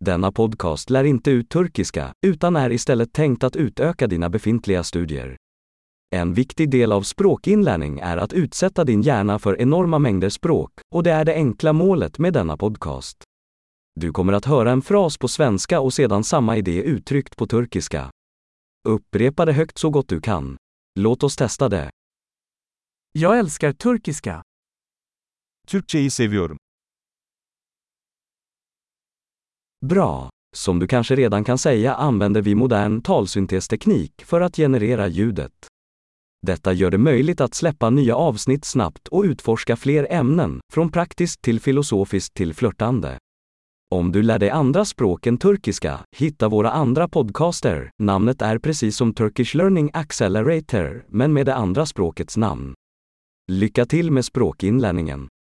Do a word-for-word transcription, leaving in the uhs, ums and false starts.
Denna podcast lär inte ut turkiska, utan är istället tänkt att utöka dina befintliga studier. En viktig del av språkinlärning är att utsätta din hjärna för enorma mängder språk, och det är det enkla målet med denna podcast. Du kommer att höra en fras på svenska och sedan samma idé uttryckt på turkiska. Upprepa det högt så gott du kan. Låt oss testa det. Jag älskar turkiska. Türkçeyi seviyorum. Bra! Som du kanske redan kan säga använder vi modern talsyntesteknik för att generera ljudet. Detta gör det möjligt att släppa nya avsnitt snabbt och utforska fler ämnen, från praktiskt till filosofiskt till flörtande. Om du lär dig andra språk än turkiska, hitta våra andra podcaster. Namnet är precis som Turkish Learning Accelerator, men med det andra språkets namn. Lycka till med språkinlärningen!